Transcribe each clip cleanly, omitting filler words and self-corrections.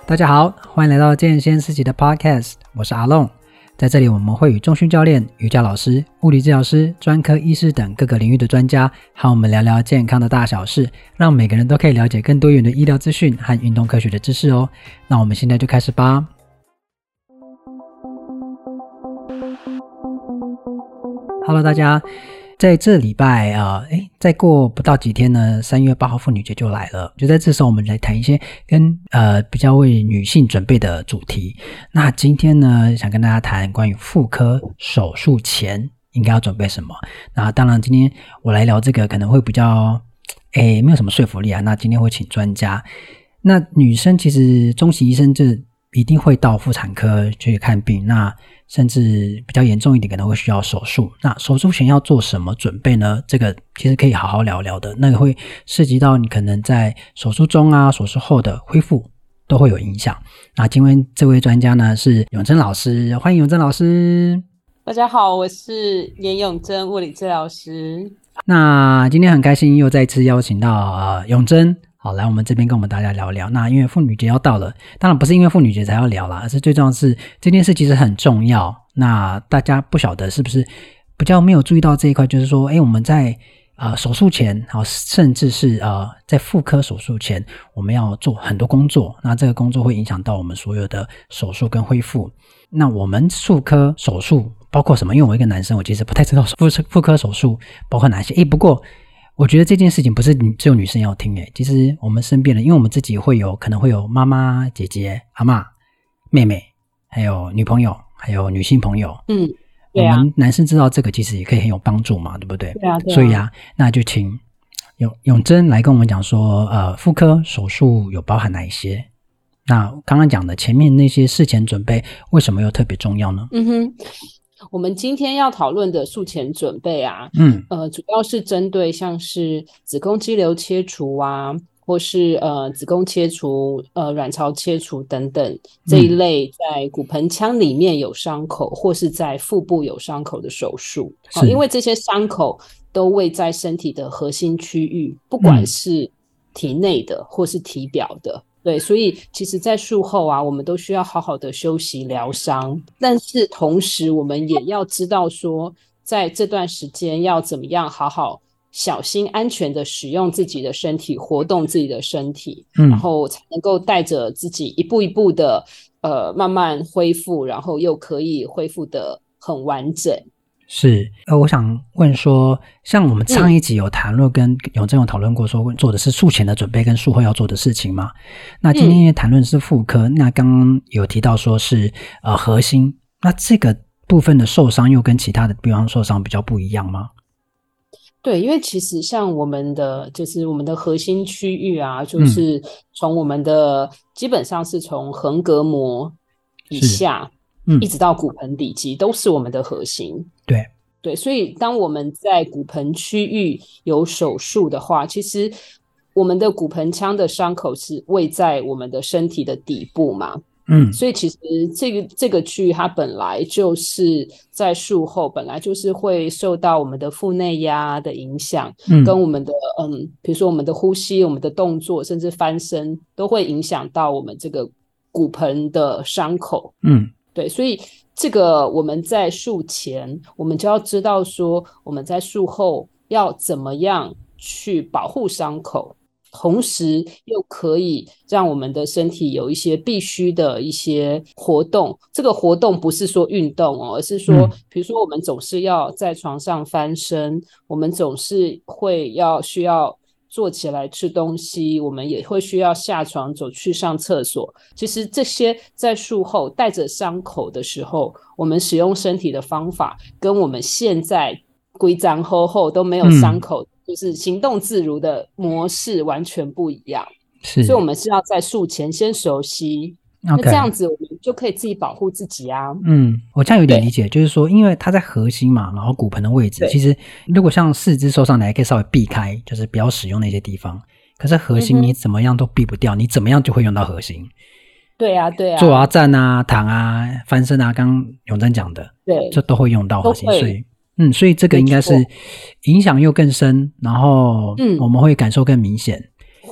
大家好，欢迎来到健先思齐的 Podcast， 我是阿龙。在这里我们会与重训教练、瑜伽老师、物理治疗师、专科医师等各个领域的专家和我们聊聊健康的大小事，让每个人都可以了解更多元的医疗资讯和运动科学的知识哦。那我们现在就开始吧。Hello 大家，在这礼拜再过不到几天呢，3月8号妇女节就来了。就在这时候我们来谈一些跟比较为女性准备的主题。那今天呢，想跟大家谈关于妇科手术前应该要准备什么。那当然今天我来聊这个可能会比较没有什么说服力啊，那今天会请专家。那女生其实中期医生这一定会到妇产科去看病，那甚至比较严重一点可能会需要手术。那手术前要做什么准备呢？这个其实可以好好聊聊的，那个会涉及到你可能在手术中啊、手术后的恢复都会有影响。那今天这位专家呢是永贞老师，欢迎永贞老师。 大家好，我是严永贞物理治疗师。 那今天很开心又再次邀请到永贞好，来我们这边跟我们大家聊聊。那因为妇女节要到了，当然不是因为妇女节才要聊啦，而是最重要的是这件事其实很重要。那大家不晓得是不是比较没有注意到这一块，就是说我们在手术前甚至是在妇科手术前我们要做很多工作，那这个工作会影响到我们所有的手术跟恢复。那我们妇科手术包括什么？因为我一个男生，我其实不太知道妇科手术包括哪些。不过我觉得这件事情不是只有女生要听其实我们身边的，因为我们自己可能会有妈妈、姐姐、阿嬷、妹妹，还有女朋友，还有女性朋友。对啊，我们男生知道这个其实也可以很有帮助嘛，对不对？ 对啊， 所以那就请永贞来跟我们讲说妇科手术有包含哪一些。那刚刚讲的前面那些事前准备为什么又特别重要呢？ 我们今天要讨论的术前准备主要是针对像是子宫肌瘤切除啊，或是子宫切除、卵巢切除等等这一类在骨盆腔里面有伤口或是在腹部有伤口的手术。因为这些伤口都位在身体的核心区域，不管是体内的或是体表的。对，所以其实在术后我们都需要好好的休息疗伤，但是同时我们也要知道说在这段时间要怎么样好好小心安全的使用自己的身体，活动自己的身体，然后才能够带着自己一步一步的慢慢恢复，然后又可以恢复的很完整。 是我想问说，像我们上一集有谈论跟永贞有讨论过说做的是术前的准备跟术后要做的事情嘛，那今天也谈论是妇科，那刚刚有提到说是核心，那这个部分的受伤又跟其他的地方受伤比较不一样吗？ 对，因为其实像我们的核心区域就是从我们的基本上是从横膈膜以下一直到骨盆底肌都是我们的核心。对，所以当我们在骨盆区域有手术的话，其实我们的骨盆腔的伤口是位在我们的身体的底部嘛。所以其实这个区域它本来就是在术后本来就是会受到我们的腹内压的影响，跟我们的比如说我们的呼吸、我们的动作甚至翻身都会影响到我们这个骨盆的伤口。对，所以这个我们在术前我们就要知道说我们在术后要怎么样去保护伤口，同时又可以让我们的身体有一些必须的一些活动。这个活动不是说运动而是说比如说我们总是要在床上翻身，我们总是需要坐起来吃东西，我们也会需要下床走去上厕所。其实这些在术后带着伤口的时候，我们使用身体的方法跟我们现在规章厚厚都没有伤口就是行动自如的模式完全不一样。所以我们是要在术前先熟悉，那这样子我们就可以自己保护自己啊。 我这样有点理解，就是说因为它在核心嘛，然后骨盆的位置其实如果像四肢受伤的还可以稍微避开，就是不要使用那些地方，可是核心你怎么样都避不掉，你怎么样就会用到核心。 对啊坐啊站啊躺啊翻身啊，刚刚永贞讲的这都会用到核心，所以这个应该是影响又更深，然后我们会感受更明显。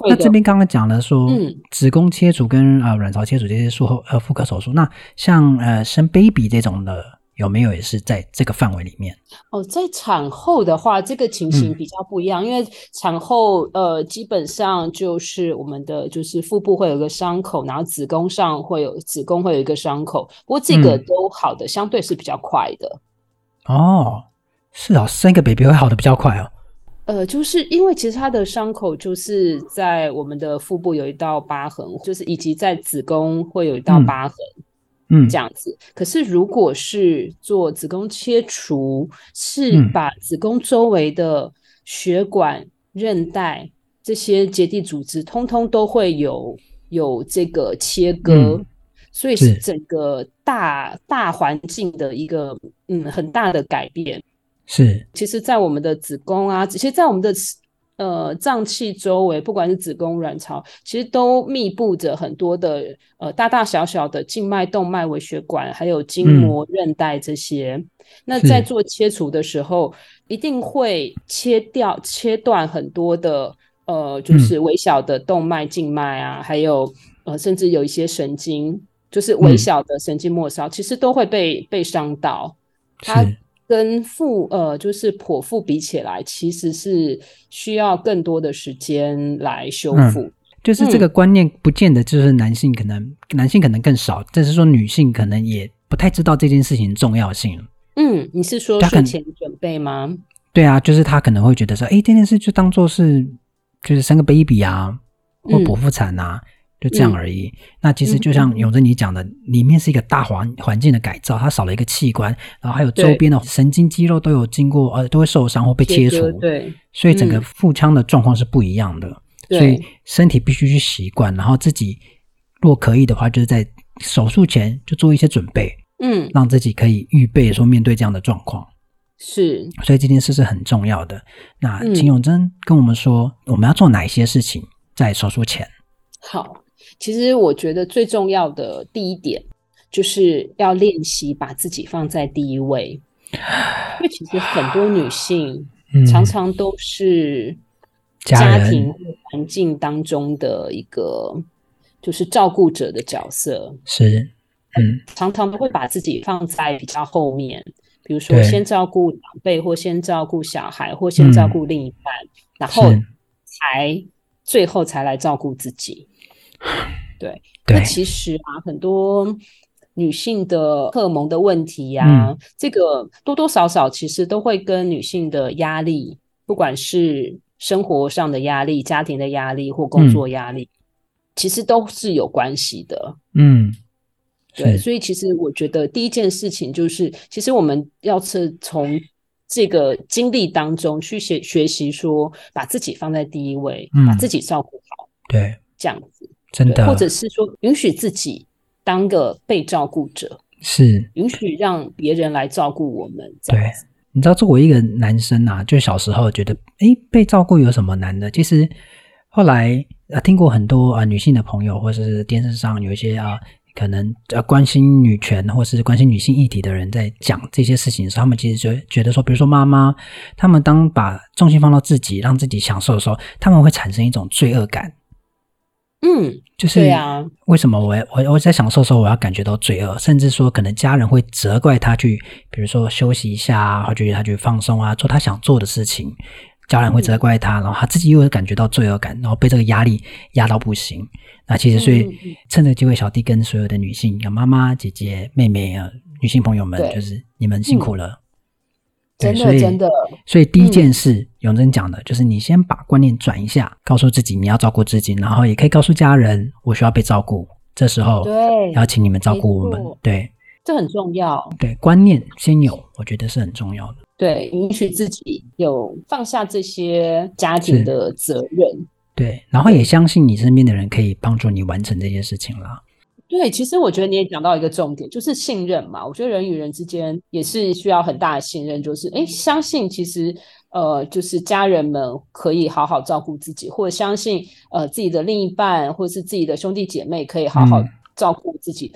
那这边刚刚讲了说，子宫切除跟卵巢切除这些术后妇科手术，那像生 baby 这种的，有没有也是在这个范围里面？ 在产后的话，这个情形比较不一样，因为产后基本上就是我们的就是腹部会有一个伤口，然后子宫会有一个伤口，不过这个都好的相对是比较快的。 哦，是哦，生一个 baby 会好的比较快哦。 就是因为其实它的伤口就是在我们的腹部有一道疤痕，就是以及在子宫会有一道疤痕。这样子。可是如果是做子宫切除，是把子宫周围的血管、韧带这些结缔组织通通都会有这个切割，所以是整个大环境的一个很大的改变。 是， 其实在我们的子宫啊，其实在我们的脏器周围，不管是子宫、卵巢，其实都密布着很多的大大小小的静脉、动脉、微血管，还有筋膜、韧带这些。那在做切除的时候，一定会切断很多的就是微小的动脉、静脉啊，还有甚至有一些神经，就是微小的神经末梢，其实都会被伤到。它跟就是剖腹比起来，其实是需要更多的时间来修复。 就是这个观念不见得就是男性可能更少，但是说女性可能也不太知道这件事情的重要性。 你是说睡前准备吗？ 对啊，就是他可能会觉得说，这件事就当做是就是生个 baby 啊，或剖腹产啊。就这样而已。那其实就像永贞你讲的，里面是一个大环境的改造，它少了一个器官，然后还有周边的神经肌肉都有经过都会受伤或被切除。 对， 所以整个腹腔的状况是不一样的。所以身体必须去习惯，然后自己若可以的话，就是在手术前就做一些准备，让自己可以预备说面对这样的状况。 是， 所以这件事是很重要的。那请永贞跟我们说，我们要做哪些事情在手术前？ 好。其实我觉得最重要的第一点就是要练习把自己放在第一位，因为其实很多女性常常都是家庭环境当中的一个就是照顾者的角色， 是， 常常都会把自己放在比较后面，比如说先照顾长辈，或先照顾小孩，或先照顾另一半，然后最后才来照顾自己。对，那其实很多女性的荷尔蒙的问题这个多多少少其实都会跟女性的压力，不管是生活上的压力、家庭的压力或工作压力，其实都是有关系的。对，所以其实我觉得第一件事情就是，其实我们要是从这个经历当中去学习说，把自己放在第一位，把自己照顾好。 对， 这样子。 真的， 或者是说允许自己当个被照顾者， 是允许让别人来照顾我们。这样子。 对，你知道作为一个男生啊，就小时候觉得被照顾有什么难的，其实后来听过很多女性的朋友，或是电视上有一些可能关心女权或是关心女性议题的人在讲这些事情的时候，他们其实就觉得说，比如说妈妈他们当把重心放到自己让自己享受的时候，他们会产生一种罪恶感。就是为什么我在享受的时候我要感觉到罪恶，甚至说可能家人会责怪他去比如说休息一下或者他去放松做他想做的事情，家人会责怪他，然后他自己又会感觉到罪恶感，然后被这个压力压到不行。那其实所以趁着机会，小弟跟所有的女性妈妈姐姐妹妹女性朋友们，就是你们辛苦了。 真的， 所以第一件事，永贞讲的就是你先把观念转一下，告诉自己你要照顾自己，然后也可以告诉家人我需要被照顾，这时候要请你们照顾我们。对， 这很重要。 对，观念先有，我觉得是很重要的。 对，允许自己有放下这些家庭的责任。 对，然后也相信你身边的人可以帮助你完成这件事情啦。 对，其实我觉得你也讲到一个重点，就是信任嘛。我觉得人与人之间也是需要很大的信任，就是相信其实就是家人们可以好好照顾自己，或者相信自己的另一半或是自己的兄弟姐妹可以好好照顾自己的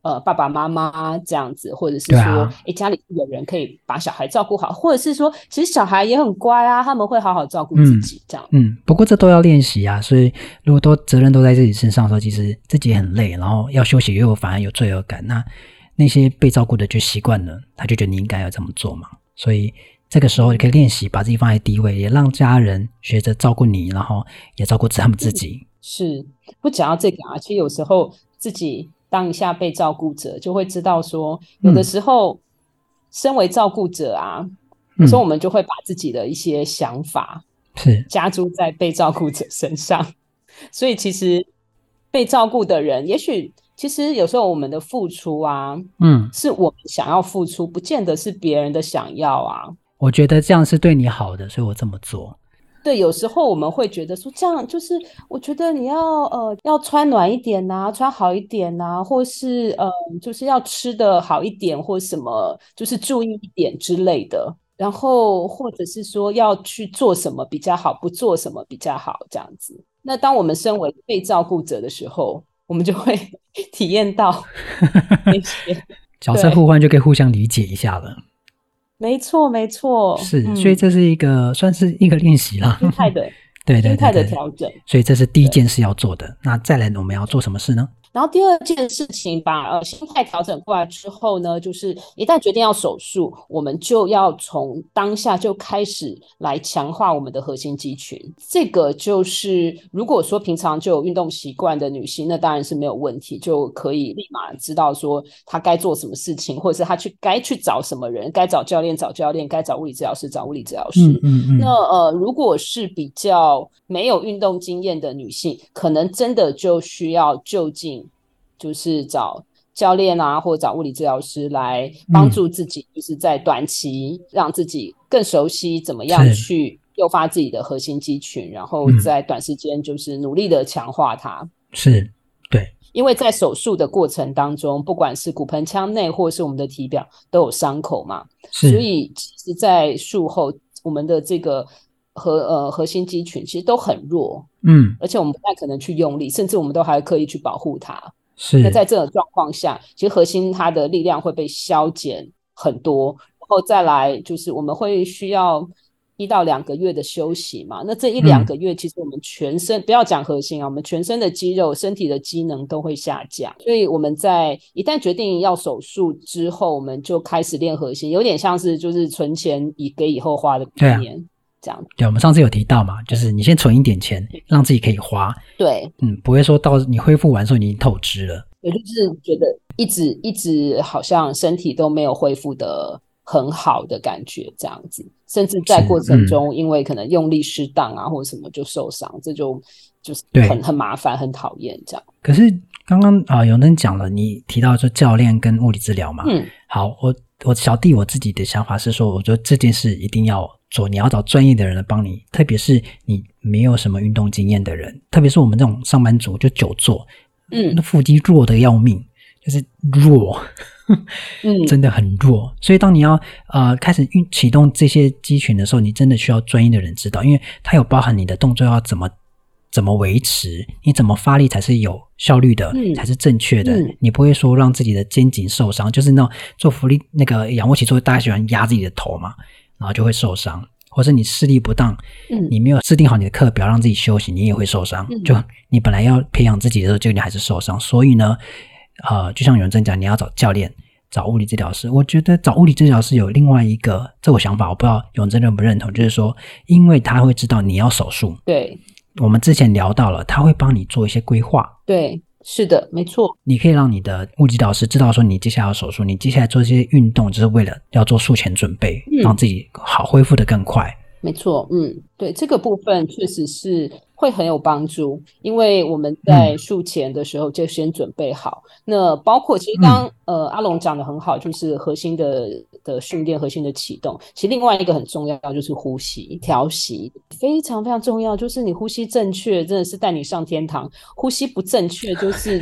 爸爸妈妈这样子，或者是说家里有人可以把小孩照顾好，或者是说其实小孩也很乖啊，他们会好好照顾自己这样。 不过这都要练习啊，所以如果责任都在自己身上的时候，其实自己也很累，然后要休息又反而有罪恶感，那些被照顾的就习惯了，他就觉得你应该要这么做嘛，所以这个时候你可以练习把自己放在第一位，也让家人学着照顾你，然后也照顾他们自己。 是，不讲到这个其实有时候自己当一下被照顾者，就会知道说有的时候身为照顾者有时候我们就会把自己的一些想法加诸在被照顾者身上，所以其实被照顾的人也许其实有时候我们的付出是我们想要付出，不见得是别人的想要我觉得这样是对你好的，所以我这么做。 对，有时候我们会觉得说这样就是我觉得你要穿暖一点穿好一点或是就是要吃的好一点或什么就是注意一点之类的，然后或者是说要去做什么比较好，不做什么比较好这样子。那当我们身为被照顾者的时候，我们就会体验到那些角色互换，就可以互相理解一下了。 没错没错， 是，所以这是算是一个练习啦， 心态的对心态的调整， 所以这是第一件事要做的。那再来我们要做什么事呢？ 然后第二件事情把心态调整过来之后呢，就是一旦决定要手术，我们就要从当下就开始来强化我们的核心肌群。这个就是如果说平常就有运动习惯的女性，那当然是没有问题，就可以立马知道说她该做什么事情，或者是她该去找什么人，该找教练找教练，该找物理治疗师找物理治疗师。那如果是比较没有运动经验的女性，可能真的就需要就近就是找教练或者找物理治疗师来帮助自己，就是在短期让自己更熟悉怎么样去诱发自己的核心肌群，然后在短时间就是努力的强化它。 是，对， 因为在手术的过程当中，不管是骨盆腔内或是我们的体表都有伤口嘛，所以其实在术后我们的这个核心肌群其实都很弱，而且我们不太可能去用力，甚至我们都还刻意去保护它。那在这种状况下，其实核心它的力量会被削减很多，然后再来就是我们会需要1到2个月的休息嘛。那这1-2个月，其实我们全身不要讲核心我们全身的肌肉、身体的机能都会下降。所以我们在一旦决定要手术之后，我们就开始练核心，有点像是就是存钱给以后花的概念。 对，我们上次有提到嘛，就是你先存一点钱，让自己可以花。 对， 不会说到你恢复完之后你已经透支了。 也就是觉得一直好像身体都没有恢复的很好的感觉，这样子，甚至在过程中因为可能用力失当或者什么就受伤，这就是很麻烦，很讨厌这样。 可是刚刚有人讲了，你提到说教练跟物理治疗嘛，好，我小弟我自己的想法是说，我觉得这件事一定要做，你要找专业的人来帮你，特别是你没有什么运动经验的人，特别是我们这种上班族就久坐，那腹肌弱的要命，就是弱，真的很弱。所以当你要开始启动这些肌群的时候，你真的需要专业的人指导，因为它有包含你的动作要怎么维持，你怎么发力才是有效率的，才是正确的。你不会说让自己的肩颈受伤，就是那种做浮力那个仰卧起坐，大家喜欢压自己的头嘛，然后就会受伤。或是你施力不当，你没有制定好你的课表让自己休息，你也会受伤。就你本来要培养自己的时候，结果你还是受伤。所以呢就像有人讲，你要找教练，找物理治疗师。我觉得找物理治疗师有另外一个这我想法，我不知道永真认不认同，就是说因为他会知道你要手术， 对， 我们之前聊到了，他会帮你做一些规划。 对，是的，没错。 你可以让你的物理治疗师知道说你接下来要手术，你接下来做这些运动就是为了要做术前准备，让自己好恢复得更快。 没错，对，这个部分确实是会很有帮助，因为我们在术前的时候就先准备好。那包括其实刚阿龙讲的很好，就是核心的的训练核心的启动。其实另外一个很重要就是呼吸调息，非常非常重要，就是你呼吸正确真的是带你上天堂，呼吸不正确就是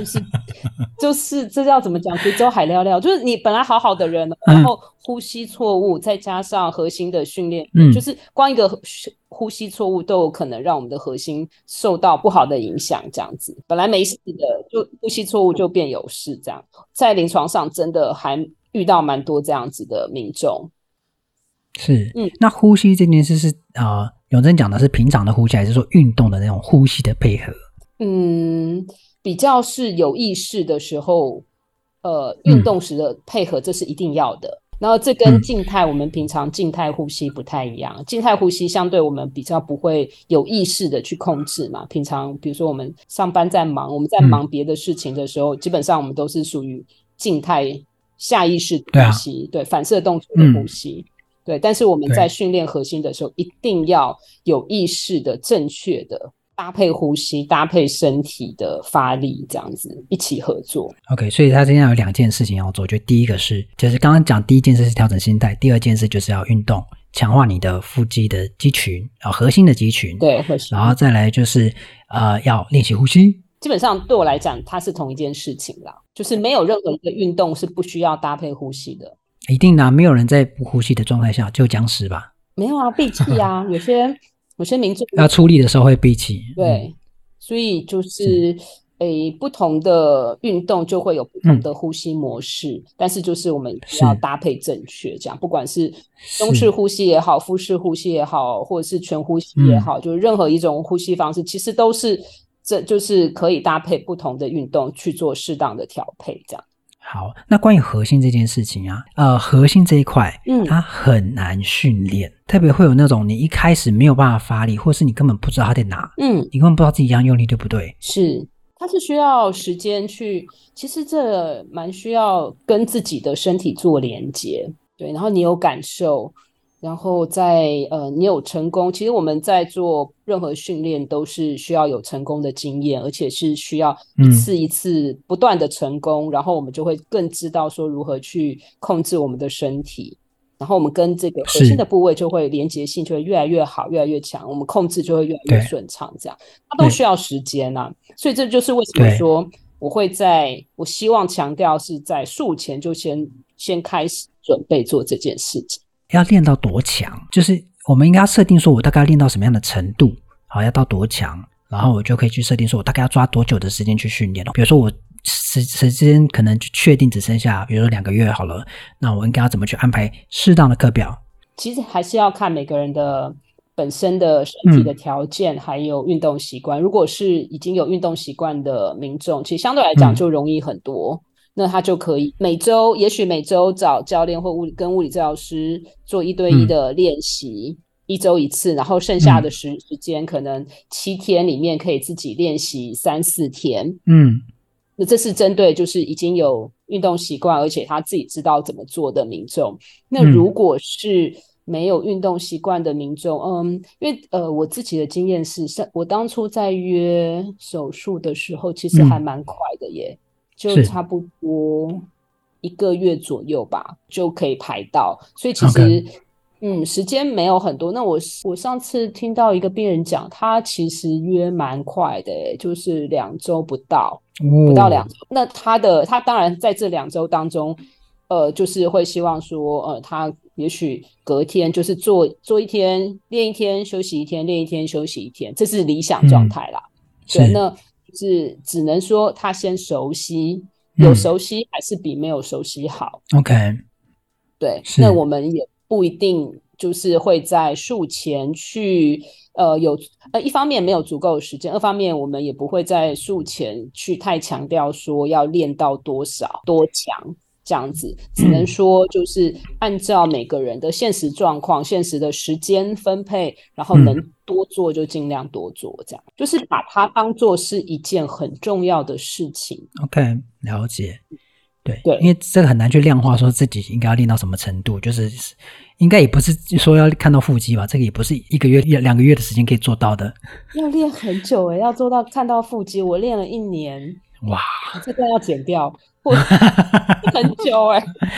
这要怎么讲，福州海料料，就是你本来好好的人，然后呼吸错误再加上核心的训练，就是光一个呼吸错误都有可能让我们的核心受到不好的影响，这样子本来没事的就呼吸错误就变有事，这样在临床上真的还遇到蛮多这样子的民众。 是，那呼吸这件事是永贞讲的是平常的呼吸，还是说运动的那种呼吸的配合？ 比较是有意识的时候，运动时的配合，这是一定要的。然后这跟静态，我们平常静态呼吸不太一样。静态呼吸相对我们比较不会有意识的去控制嘛。平常比如说我们上班在忙，我们在忙别的事情的时候，基本上我们都是属于静态下意识的呼吸，对，反射动作的呼吸。对，但是我们在训练核心的时候，一定要有意识的、正确的搭配呼吸，搭配身体的发力，这样子一起合作。 OK， 所以他今天有2件事情要做，就第一个是，就是刚刚讲第一件事是调整心态，第二件事就是要运动，强化你的腹肌的肌群，核心的肌群， 对，核心。 然后再来就是要练习呼吸。 基本上对我来讲，它是同一件事情啦，就是没有任何一个运动是不需要搭配呼吸的。 一定的，没有人在不呼吸的状态下就僵尸吧？ 没有啊，闭气啊，有些民众要出力的时候会闭气。 对，所以就是不同的运动就会有不同的呼吸模式，但是就是我们要搭配正确，这样不管是胸式呼吸也好，腹式呼吸也好，或者是全呼吸也好，就是任何一种呼吸方式，其实都是这就是可以搭配不同的运动去做适当的调配，这样。 好，那关于核心这件事情啊，核心这一块，它很难训练，特别会有那种你一开始没有办法发力，或是你根本不知道它在哪，你根本不知道自己一样用力，对不对？ 是，它是需要时间去，其实这蛮需要跟自己的身体做连接，对，然后你有感受，然后你有成功，其实我们在做任何训练都是需要有成功的经验，而且是需要一次一次不断的成功，然后我们就会更知道说如何去控制我们的身体，然后我们跟这个核心的部位就会连结性就会越来越好，越来越强，我们控制就会越来越顺畅，这样它都需要时间啊。所以这就是为什么说我希望强调是在术前就先开始准备做这件事情。 要练到多强，就是我们应该要设定说我大概要练到什么样的程度，好，要到多强，然后我就可以去设定说我大概要抓多久的时间去训练。比如说我时间可能就确定只剩下比如说2个月好了，那我应该要怎么去安排适当的课表？ 其实还是要看每个人的本身的身体的条件还有运动习惯，如果是已经有运动习惯的民众，其实相对来讲就容易很多，那他就可以也许每周找教练或跟物理治疗师做1对1的练习，1周1次，然后剩下的时间可能7天里面可以自己练习3-4天。那这是针对就是已经有运动习惯而且他自己知道怎么做的民众。那如果是没有运动习惯的民众，因为我自己的经验是我当初在约手术的时候其实还蛮快的耶，就差不多1个月左右吧就可以排到，所以其实时间没有很多。那我上次听到一个病人讲，他其实约蛮快的耶，就是2周不到2周。那他当然在这2周当中就是会希望说他也许隔天就是做1天练1天休息1天，练1天休息1天，这是理想状态啦。对，那就是只能说他先熟悉，有熟悉还是比没有熟悉好。 OK， 对，那我们也不一定就是会在术前去一方面没有足够的时间，二方面我们也不会在术前去太强调说要练到多少多强这样子，只能说就是按照每个人的现实状况、现实的时间分配，然后能多做就尽量多做，这样就是把它当作是一件很重要的事情。 OK， 了解。对，因为这个很难去量化说自己应该要练到什么程度，就是应该也不是说要看到腹肌吧，这个也不是1个月2个月的时间可以做到的， 要练很久耶，要做到看到腹肌，我练了1年。哇，这个要减掉很久耶。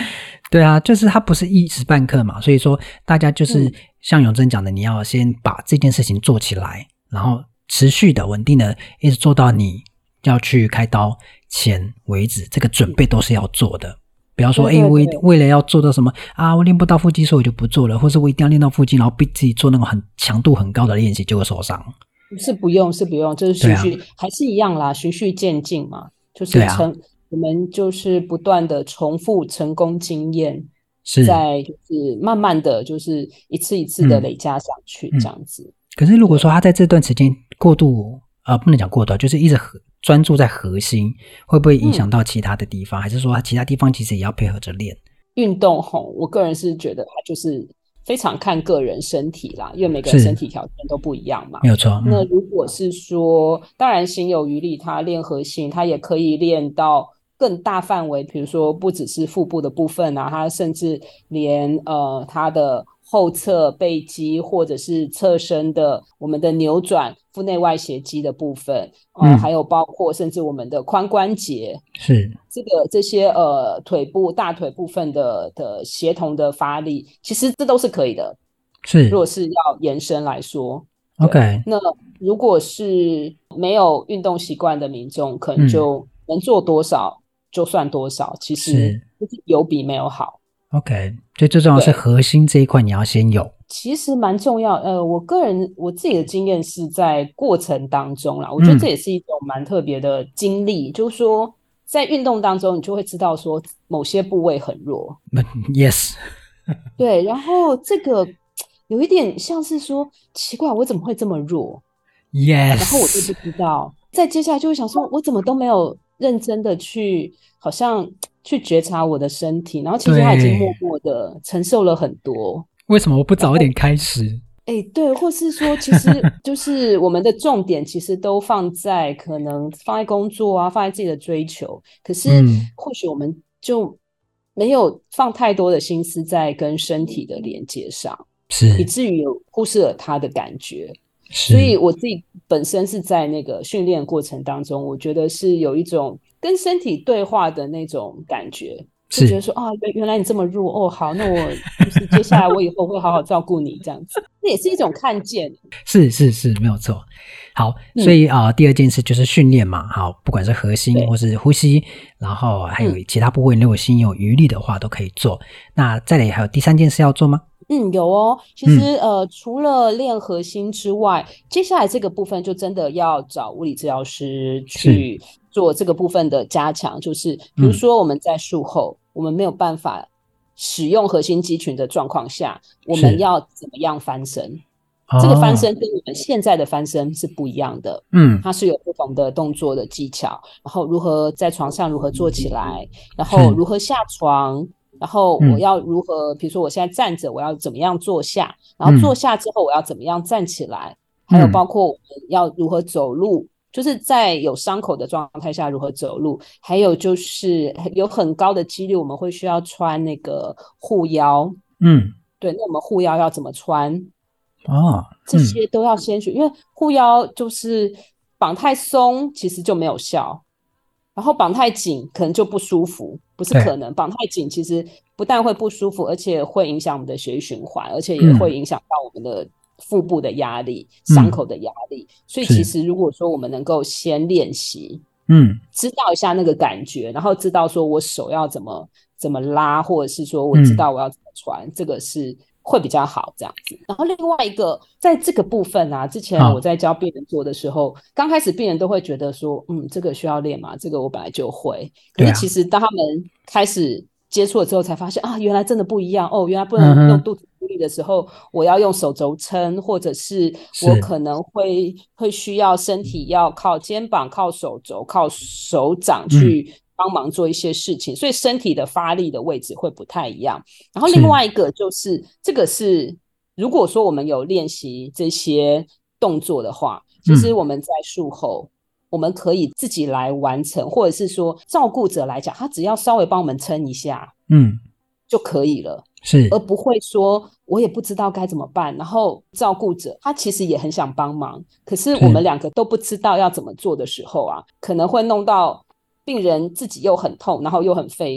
对啊，就是它不是一时半刻嘛，所以说大家就是像永贞讲的，你要先把这件事情做起来，然后持续的稳定的一直做到你要去开刀前为止，这个准备都是要做的。不要说我为了要做到什么啊，我练不到腹肌所以我就不做了，或是我一定要练到腹肌，然后逼自己做那种很强度很高的练习就会受伤。 是不用，就是循序，还是一样啦，循序渐进嘛，就是我们就是不断的重复成功经验，再就是慢慢的就是一次一次的累加上去这样子。 可是如果说他在这段时间过度不能讲过度，就是一直专注在核心，会不会影响到其他的地方？还是说他其他地方其实也要配合着练？ 运动我个人是觉得它就是非常看个人身体啦，因为每个人身体条件都不一样嘛。 没有错。 那如果是说，当然心有余力，他练核心，他也可以练到更大范围，比如说不只是腹部的部分啊，他甚至连他的后侧背肌或者是侧身的我们的扭转腹内外斜肌的部分，还有包括甚至我们的髋关节， 是这些腿部大腿部分的协同的发力，其实这都是可以的。 是， 如果是要延伸来说 ，OK。 那如果是没有运动习惯的民众，可能就能做多少就算多少，其实有比没有好。 OK， 最重要的是核心这一块你要先有， 其实蛮重要。我个人我自己的经验是在过程当中啦，我觉得这也是一种蛮特别的经历，就是说在运动当中，你就会知道说某些部位很弱。 Yes 对，然后这个有一点像是说奇怪，我怎么会这么弱？ Yes， 然后我就不知道，再接下来就会想说，我怎么都没有认真的去，好像去觉察我的身体，然后其实他已经默默的承受了很多。 为什么我不早一点开始？ 对，或是说，其实就是我们的重点其实都可能放在工作啊，放在自己的追求，可是或许我们就没有放太多的心思在跟身体的连接上，以至于有忽视了他的感觉。所以我自己本身是在那个训练过程当中，我觉得是有一种跟身体对话的那种感觉，就觉得说原来你这么弱好，那我就是接下来我以后会好好照顾你这样子，这也是一种看见。 是没有错。好，所以第二件事就是训练嘛。好，不管是核心或是呼吸，然后还有其他部位，如果心有余力的话都可以做。那再来还有第三件事要做吗？ 有哦。其实除了练核心之外，接下来这个部分就真的要找物理治疗师去做这个部分的加强，就是比如说我们在术后我们没有办法使用核心肌群的状况下，我们要怎么样翻身？这个翻身跟我们现在的翻身是不一样的。它是有不同的动作的技巧，然后如何在床上如何坐起来，然后如何下床，然后我要如何，比如说我现在站着，我要怎么样坐下，然后坐下之后我要怎么样站起来，还有包括我们要如何走路，就是在有伤口的状态下如何走路，还有就是有很高的几率我们会需要穿那个护腰。对，那我们护腰要怎么穿？这些都要先学，因为护腰就是绑太松其实就没有效，然后绑太紧可能就不舒服，不是可能，绑太紧其实不但会不舒服，而且会影响我们的血液循环，而且也会影响到我们的腹部的压力，伤口的压力。所以其实如果说我们能够先练习，知道一下那个感觉，然后知道说我手要怎么拉，或者是说我知道我要怎么穿，这个是会比较好这样子。然后另外一个在这个部分啊，之前我在教病人做的时候，刚开始病人都会觉得说这个需要练嘛，这个我本来就会。可是其实当他们开始接触了之后才发现原来真的不一样原来不能用肚子出力的时候，我要用手肘撑，或者是我可能会需要身体要靠肩膀、靠手肘、靠手掌去帮忙做一些事情，所以身体的发力的位置会不太一样。然后另外一个就是这个是如果说我们有练习这些动作的话，其实我们在术后我们可以自己来完成，或者是说照顾者来讲，他只要稍微帮我们撑一下就可以了，而不会说我也不知道该怎么办，然后照顾者他其实也很想帮忙，可是我们两个都不知道要怎么做的时候可能会弄到病人自己又很痛，然后又很费力，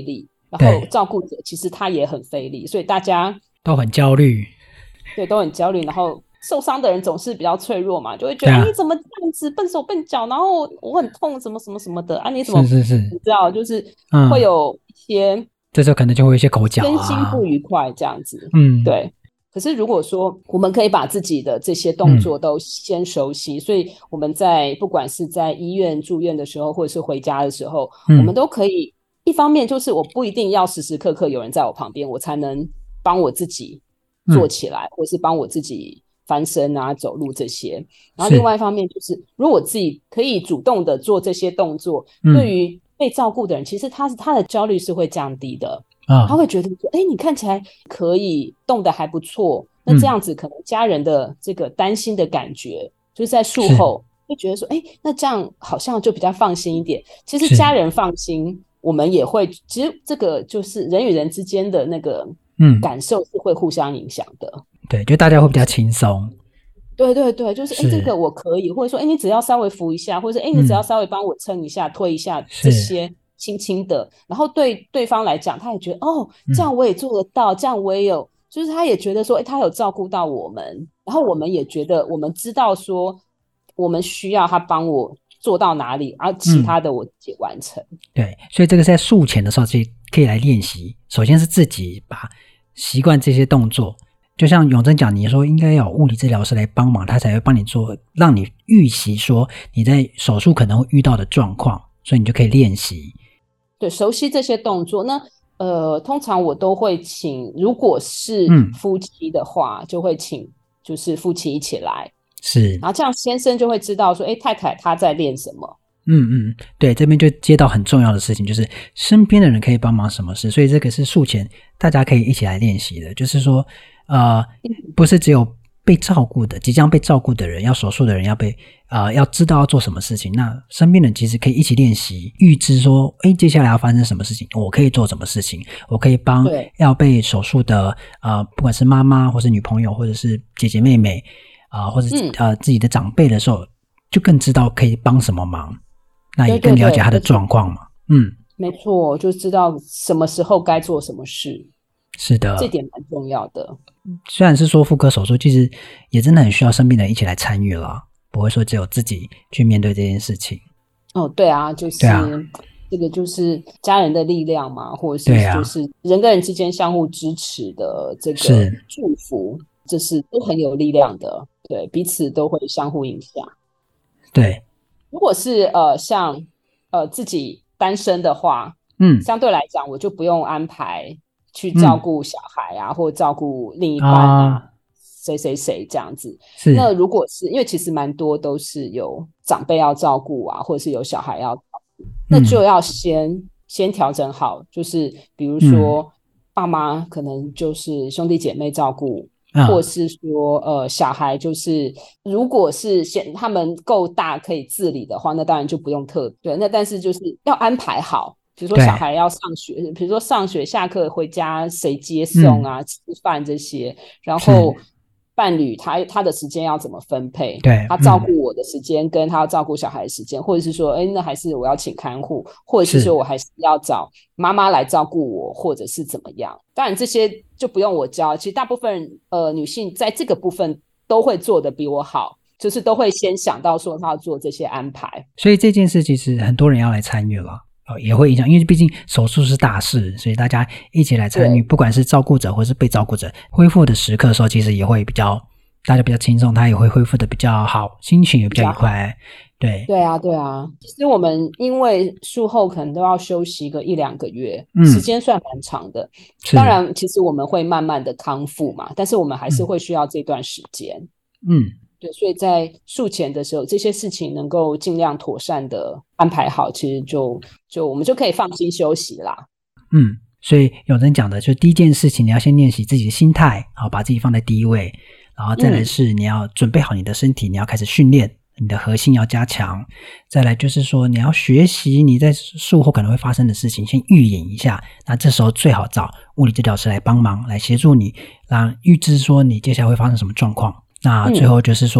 然后照顾者其实他也很费力，所以大家都很焦虑， 对，都很焦虑，然后受伤的人总是比较脆弱嘛，就会觉得你怎么这样子笨手笨脚，然后我很痛什么什么什么的啊，你怎么是你知道就是会有一些这时候可能就会有一些口角身心不愉快这样子，对。可是如果说我们可以把自己的这些动作都先熟悉，所以我们在不管是在医院住院的时候，或者是回家的时候，我们都可以一方面就是我不一定要时时刻刻有人在我旁边，我才能帮我自己做起来，或是帮我自己翻身啊、走路这些。然后另外一方面就是，如果我自己可以主动的做这些动作，对于被照顾的人，其实他的焦虑是会降低的。他会觉得说，你看起来可以动得还不错，那这样子可能家人的这个担心的感觉，就是在术后会觉得说，那这样好像就比较放心一点。其实家人放心，我们也会，其实这个就是人与人之间的那个感受是会互相影响的。 对，就大家会比较轻松。 对对对，就是这个我可以，或者说你只要稍微扶一下，或者你只要稍微帮我撑一下、推一下这些。轻轻的，然后对对方来讲，他也觉得这样我也做得到，这样我也有，就是他也觉得说，他有照顾到我们，然后我们也觉得我们知道说，我们需要他帮我做到哪里，然后其他的我自己完成。 对，所以这个在术前的时候可以来练习。首先是自己把习惯这些动作，就像永贞讲，你说应该要有物理治疗师来帮忙，他才会帮你做，让你预习说你在手术可能会遇到的状况，所以你就可以练习。 对，熟悉这些动作，那通常我都会请，如果是夫妻的话，就会请就是夫妻一起来， 是， 然后这样先生就会知道说，太太她在练什么。 对，这边就接到很重要的事情，就是身边的人可以帮忙什么事，所以这个是术前大家可以一起来练习的，就是说不是只有被照顾的即将被照顾的人，要手术的人要知道要做什么事情，那身边人其实可以一起练习，预知说接下来要发生什么事情，我可以做什么事情，我可以帮要被手术的不管是妈妈或是女朋友或者是姐姐妹妹或者自己的长辈的时候，就更知道可以帮什么忙，那也更了解他的状况嘛。 没错，就知道什么时候该做什么事。 是的， 这点蛮重要的。 虽然是说妇科手术，其实也真的很需要身边的人一起来参与啦，不会说只有自己去面对这件事情。 对啊，就是这个就是家人的力量嘛，或者是就是人跟人之间相互支持的这个祝福，这是都很有力量的。对，彼此都会相互影响。 对， 如果是像自己单身的话，相对来讲我就不用安排去照顾小孩啊，或照顾另一半啊，谁谁谁这样子。那如果是因为其实蛮多都是有长辈要照顾啊，或者是有小孩要照顾，那就要先调整好，就是比如说爸妈可能就是兄弟姐妹照顾，或是说小孩就是如果是他们够大可以自理的话，那当然就不用特别，那但是就是要安排好。比如说小孩要上学，比如说上学下课回家谁接送啊，吃饭这些，然后伴侣他的时间要怎么分配， 对， 他照顾我的时间跟他要照顾小孩的时间，或者是说那还是我要请看护，或者是说我还是要找妈妈来照顾我，或者是怎么样。当然这些就不用我教，其实大部分女性在这个部分都会做得比我好，就是都会先想到说他要做这些安排。 所以这件事其实很多人要来参与了，也会影响，因为毕竟手术是大事，所以大家一起来参与，不管是照顾者或是被照顾者，恢复的时刻的时候，其实也会大家比较轻松，他也会恢复的比较好，心情也比较愉快。对啊，其实我们因为术后可能都要休息个1-2个月，时间算蛮长的。当然，其实我们会慢慢的康复嘛，但是我们还是会需要这段时间。对，所以在术前的时候，这些事情能够尽量妥善的安排好，其实就我们就可以放心休息啦。 所以有人讲的，就第一件事情，你要先练习自己的心态，好，把自己放在第一位，然后再来是你要准备好你的身体，你要开始训练，你的核心要加强，再来就是说你要学习你在术后可能会发生的事情，先预演一下，那这时候最好找物理治疗师来帮忙，来协助你，让预知说你接下来会发生什么状况。那最后就是说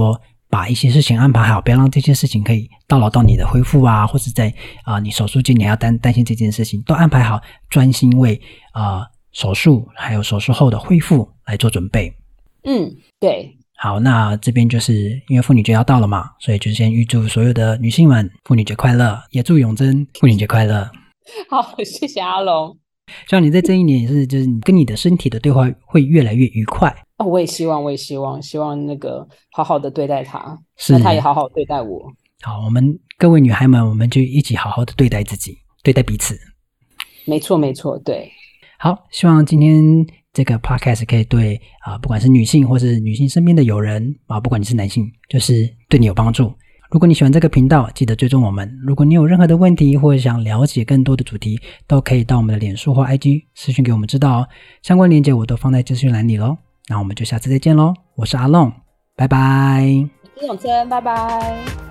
把一些事情安排好，不要让这些事情可以叨扰到你的恢复啊，或是在你手术间你还要担心这件事情，都安排好，专心为手术还有手术后的恢复来做准备。 对。 好，那这边就是因为妇女节要到了嘛，所以就先预祝所有的女性们妇女节快乐，也祝永贞妇女节快乐。 好，谢谢阿龙。 希望你在这一年也是，就是你跟你的身体的对话会越来越愉快。 我也希望那个好好的对待他，那他也好好对待我。 好，我们各位女孩们，我们就一起好好的对待自己，对待彼此。 没错，对。 好，希望今天这个 podcast 可以对不管是女性或是女性身边的友人不管你是男性，就是对你有帮助。如果你喜欢这个频道，记得追踪我们。如果你有任何的问题或者想了解更多的主题，都可以到我们的脸书或 IG 私讯给我们知道哦。相关链接我都放在资讯栏里咯。那我们就下次再见咯。我是阿龙，拜拜。 我是永贞，拜拜。